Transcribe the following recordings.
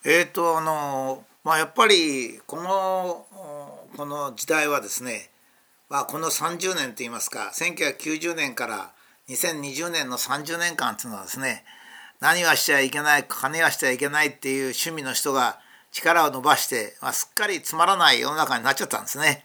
やっぱりこの時代はですね、この30年といいますか、1990年から2020年の30年間というのはですね、何はしちゃいけない、金はしちゃいけないっていう趣味の人が力を伸ばして、すっかりつまらない世の中になっちゃったんですね。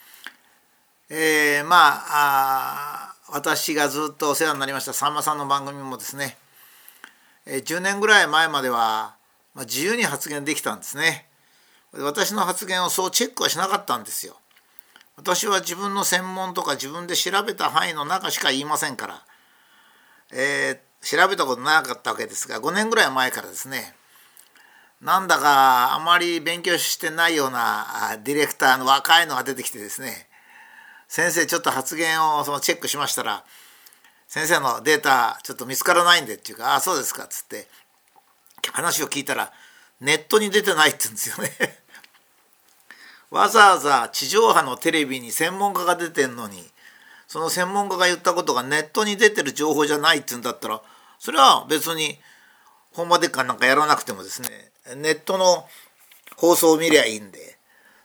私がずっとお世話になりましたさんまさんの番組もですね、10年ぐらい前までは自由に発言できたんですね。私の発言をそうチェックはしなかったんですよ。私は自分の専門とか自分で調べた範囲の中しか言いませんから、調べたことなかったわけですが、5年ぐらい前からですね、なんだかあまり勉強してないようなディレクターの若いのが出てきてですね、先生ちょっと発言をチェックしましたら、先生のデータちょっと見つからないんでっていうか、そうですかっつって話を聞いたら、ネットに出てないって言うんですよねわざわざ地上波のテレビに専門家が出てんのに、その専門家が言ったことがネットに出てる情報じゃないって言うんだったら、それは別に本場でかなんかやらなくてもですね、ネットの放送を見りゃいいんで、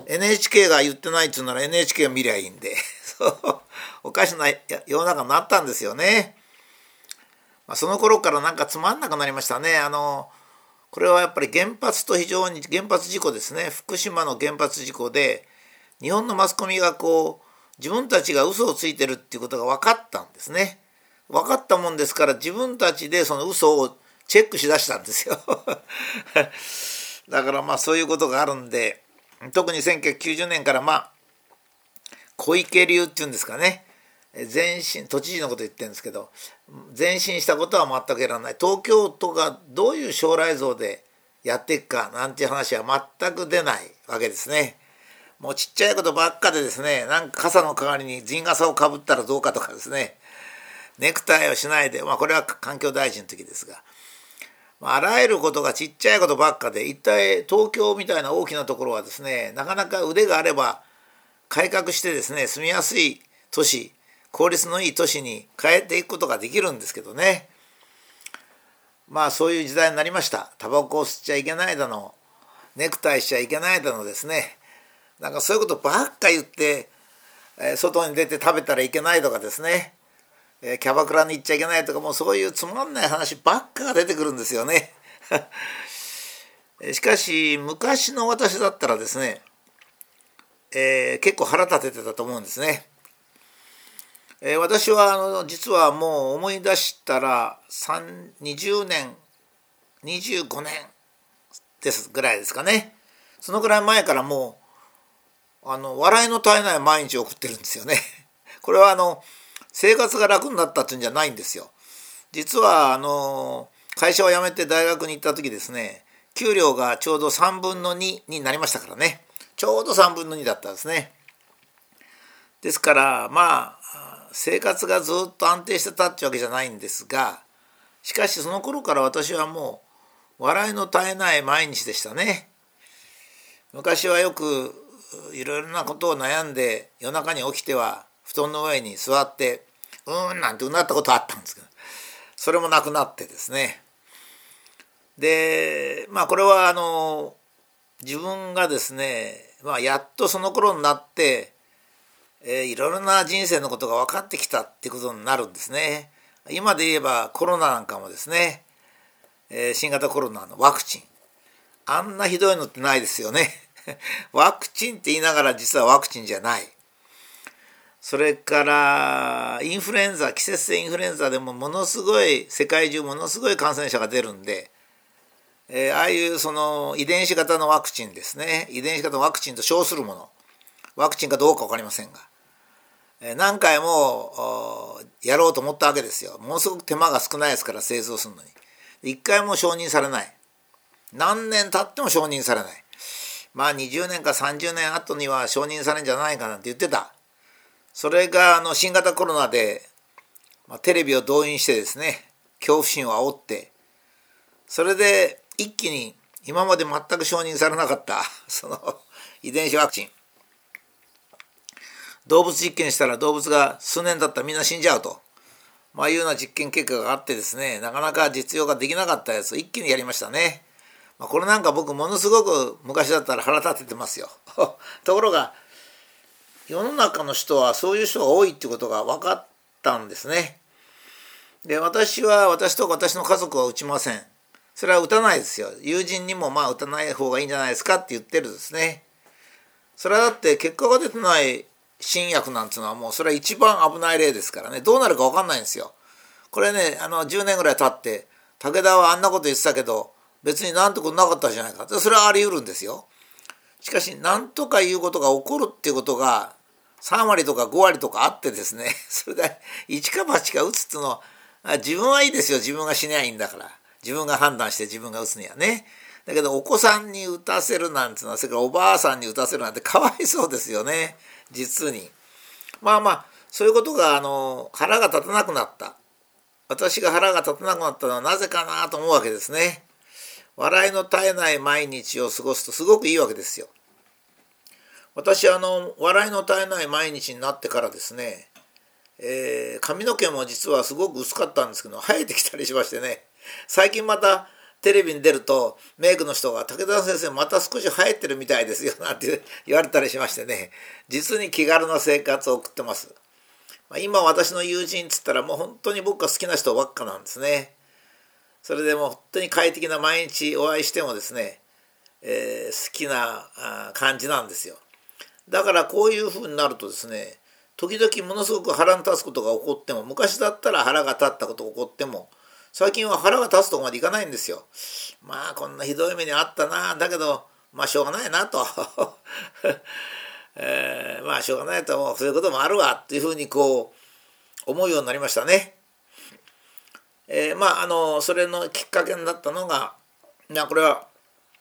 NHK が言ってないって言うなら NHK を見りゃいいんでおかしな世の中になったんですよね。その頃からなんかつまんなくなりましたね。これはやっぱり原発事故ですね。福島の原発事故で日本のマスコミが自分たちが嘘をついてるっていうことが分かったんですね。分かったもんですから、自分たちでその嘘をチェックしだしたんですよだからそういうことがあるんで、特に1990年から小池流っていうんですかね、前進、都知事のこと言ってるんですけど、前進したことは全くやらない。東京都がどういう将来像でやっていくかなんていう話は全く出ないわけですね。もうちっちゃいことばっかでですね、なんか傘の代わりに陣笠をかぶったらどうかとかですね、ネクタイをしないで、これは環境大臣の時ですが、あらゆることがちっちゃいことばっかで、一体東京みたいな大きなところはですね、なかなか腕があれば改革してですね、住みやすい都市、効率のいい都市に変えていくことができるんですけどね。そういう時代になりました。タバコを吸っちゃいけないだの、ネクタイしちゃいけないだのですね、なんかそういうことばっか言って、外に出て食べたらいけないとかですね、キャバクラに行っちゃいけないとか、もうそういうつまんない話ばっかが出てくるんですよねしかし昔の私だったらですね、結構腹立ててたと思うんですね。私は実はもう思い出したら20年25年ですぐらいですかね。そのぐらい前からもう笑いの絶えない毎日を送ってるんですよね。これは生活が楽になったっていうんじゃないんですよ。実は会社を辞めて大学に行った時ですね、給料がちょうど3分の2になりましたからね。ちょうど3分の2だったんですね。ですから生活がずっと安定してたってわけじゃないんですが、しかしその頃から私はもう笑いの絶えない毎日でしたね。昔はよくいろいろなことを悩んで、夜中に起きては布団の上に座ってなんてうなったことあったんですけど、それもなくなってですね。でこれは自分がですね、やっとその頃になっていろいろな人生のことが分かってきたっていうことになるんですね。今で言えばコロナなんかもですね、新型コロナのワクチン、あんなひどいのってないですよねワクチンって言いながら実はワクチンじゃない。それからインフルエンザ、季節性インフルエンザでもものすごい世界中ものすごい感染者が出るんで、ああいうその遺伝子型のワクチンですね、遺伝子型のワクチンと称するもの、ワクチンかどうか分かりませんが、何回もやろうと思ったわけですよ。ものすごく手間が少ないですから、製造するのに。一回も承認されない。何年経っても承認されない。20年か30年後には承認されるんじゃないかなんて言ってた。それが新型コロナで、テレビを動員してですね、恐怖心を煽って、それで一気に今まで全く承認されなかったその遺伝子ワクチン、動物実験したら動物が数年経ったらみんな死んじゃうと、いうような実験結果があってですね、なかなか実用ができなかったやつを一気にやりましたね。 これなんか僕ものすごく昔だったら腹立ててますよところが世の中の人はそういう人が多いってことが分かったんですね。で私と私の家族は打ちません。それは打たないですよ。友人にも打たない方がいいんじゃないですかって言ってるんですね。それはだって結果が出てない新薬なんていうのはもうそれは一番危ない例ですからね。どうなるか分かんないんですよ。これね10年ぐらい経って武田はあんなこと言ってたけど別になんてことなかったじゃないか。それはあり得るんですよ。しかし何とかいうことが起こるっていうことが3割とか5割とかあってですね、それで一か八か打つっていうのは自分はいいですよ。自分が死にゃいいんだから。自分が判断して自分が打つにはね。だけどお子さんに打たせるなんていうのは、それからおばあさんに打たせるなんてかわいそうですよね、実に。そういうことが腹が立たなくなった。私が腹が立たなくなったのはなぜかなと思うわけですね。笑いの絶えない毎日を過ごすとすごくいいわけですよ。私笑いの絶えない毎日になってからですね、髪の毛も実はすごく薄かったんですけど生えてきたりしましてね、最近またテレビに出るとメイクの人が「武田先生また少し生えてるみたいですよ」なんて言われたりしましてね、実に気軽な生活を送ってます。今私の友人っつったらもう本当に僕が好きな人ばっかなんですね。それでもう本当に快適な毎日お会いしてもですね、好きな感じなんですよ。だからこういうふうになるとですね、時々ものすごく腹の立つことが起こっても、昔だったら腹が立ったことが起こっても最近は腹が立つとこまでいかないんですよ。こんなひどい目にあったな、だけどしょうがないなとしょうがないと、そういうこともあるわっていうふうに思うようになりましたね。それのきっかけになったのがこれは、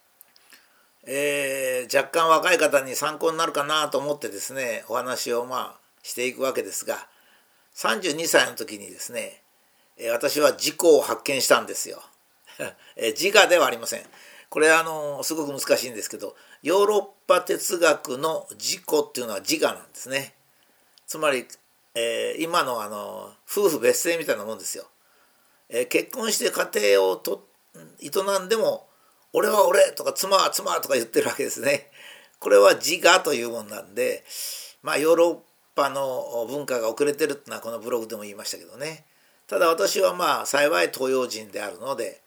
若干若い方に参考になるかなと思ってですねお話をしていくわけですが、32歳の時にですね私は自己を発見したんですよ自我ではありません。これすごく難しいんですけど、ヨーロッパ哲学の自己っていうのは自我なんですね。つまり、今の夫婦別姓みたいなもんですよ。結婚して家庭を営んでも俺は俺とか妻は妻とか言ってるわけですね。これは自我というものなんで、ヨーロッパの文化が遅れてるっていうのはこのブログでも言いましたけどね。ただ私は幸い東洋人であるので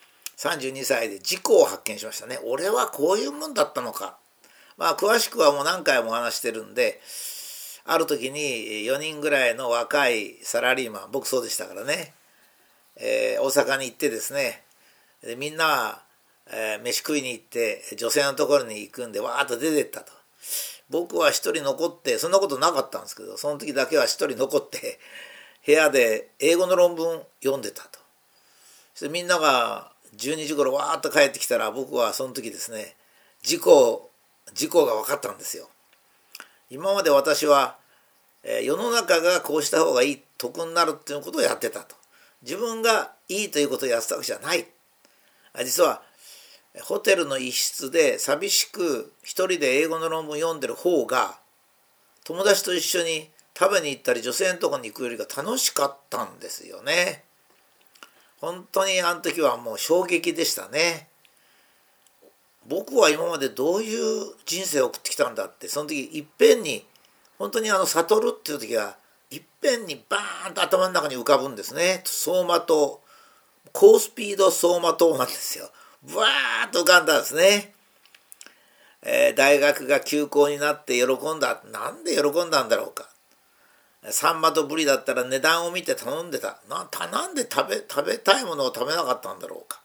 32歳で自己を発見しましたね。俺はこういうもんだったのか。詳しくはもう何回もお話してるんで、ある時に4人ぐらいの若いサラリーマン、僕そうでしたからね、大阪に行ってですね、でみんなは、飯食いに行って女性のところに行くんでわーっと出てったと。僕は一人残って、そんなことなかったんですけど、その時だけは一人残って部屋で英語の論文読んでたと。そしてみんなが12時頃わーっと帰ってきたら、僕はその時ですね自己が分かったんですよ。今まで私は世の中がこうした方がいい、得になるっていうことをやってたと。自分がいいということをやってたわけじゃない。実はホテルの一室で寂しく一人で英語の論文読んでる方が、友達と一緒に食べに行ったり女性のところに行くよりが楽しかったんですよね。本当にあの時はもう衝撃でしたね。僕は今までどういう人生を送ってきたんだって、その時いっぺんに本当に悟るっていう時がいっぺんにバーンと頭の中に浮かぶんですね。走馬灯、高スピード走馬灯なんですよ。ブワーッと浮かんだんですね。大学が休校になって喜んだ。なんで喜んだんだろうか。サンマとブリだったら値段を見て頼んでた。なんで食べたいものを食べなかったんだろうか。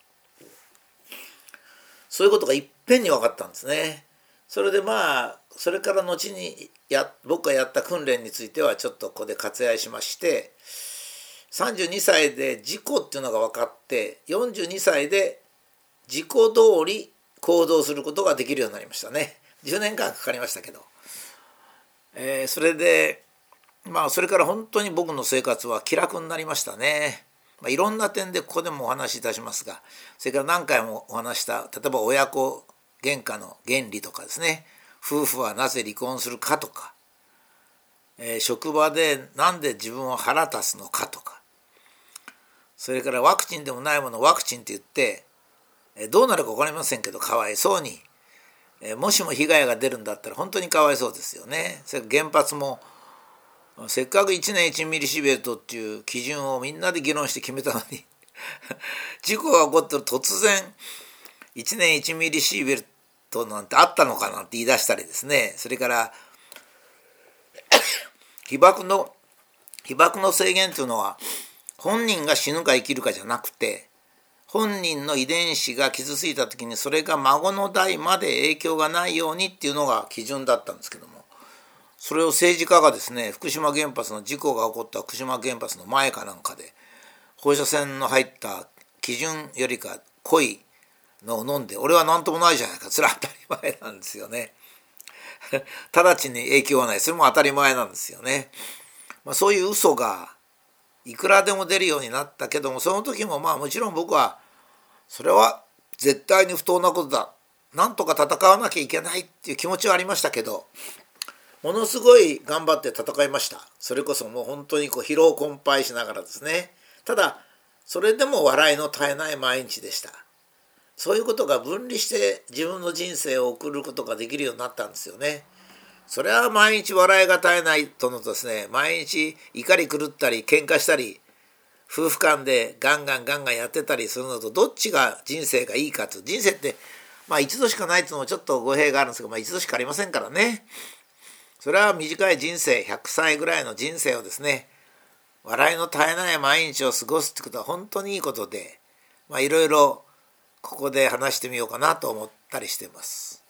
そういうことがいっぺんに分かったんですね。それでそれから後に僕がやった訓練についてはちょっとここで割愛しまして、32歳で自己っていうのが分かって、42歳で自己通り行動することができるようになりましたね。10年間かかりましたけど、それでそれから本当に僕の生活は気楽になりましたね。いろんな点でここでもお話しいたしますが、それから何回もお話した例えば親子喧嘩の原理とかですね、夫婦はなぜ離婚するかとか、職場でなんで自分を腹立つのかとか、それからワクチンでもないものをワクチンって言ってどうなるか分かりませんけどかわいそうに、もしも被害が出るんだったら本当にかわいそうですよね。それ原発もせっかく1年1ミリシーベルトっていう基準をみんなで議論して決めたのに事故が起こって突然1年1ミリシーベルトなんてあったのかなんて言い出したりですね、それから被爆の制限というのは本人が死ぬか生きるかじゃなくて、本人の遺伝子が傷ついた時にそれが孫の代まで影響がないようにっていうのが基準だったんですけども、それを政治家がですね、福島原発の事故が起こった福島原発の前かなんかで放射線の入った基準よりか濃いのを飲んで、俺は何ともないじゃないか、それは当たり前なんですよね直ちに影響はない、それも当たり前なんですよね。そういう嘘がいくらでも出るようになったけども、その時ももちろん僕はそれは絶対に不当なことだ、なんとか戦わなきゃいけないっていう気持ちはありましたけど、ものすごい頑張って戦いました。それこそもう本当に疲労困憊しながらですね。ただそれでも笑いの絶えない毎日でした。そういうことが分離して自分の人生を送ることができるようになったんですよね。それは毎日笑いが絶えないとのとですね、毎日怒り狂ったり喧嘩したり夫婦間でガンガンやってたりするのと、どっちが人生がいいかと。人生って一度しかないっていうのもちょっと語弊があるんですけど、一度しかありませんからね。それは短い人生、100歳ぐらいの人生をですね、笑いの絶えない毎日を過ごすってことは本当にいいことで、いろいろここで話してみようかなと思ったりしています。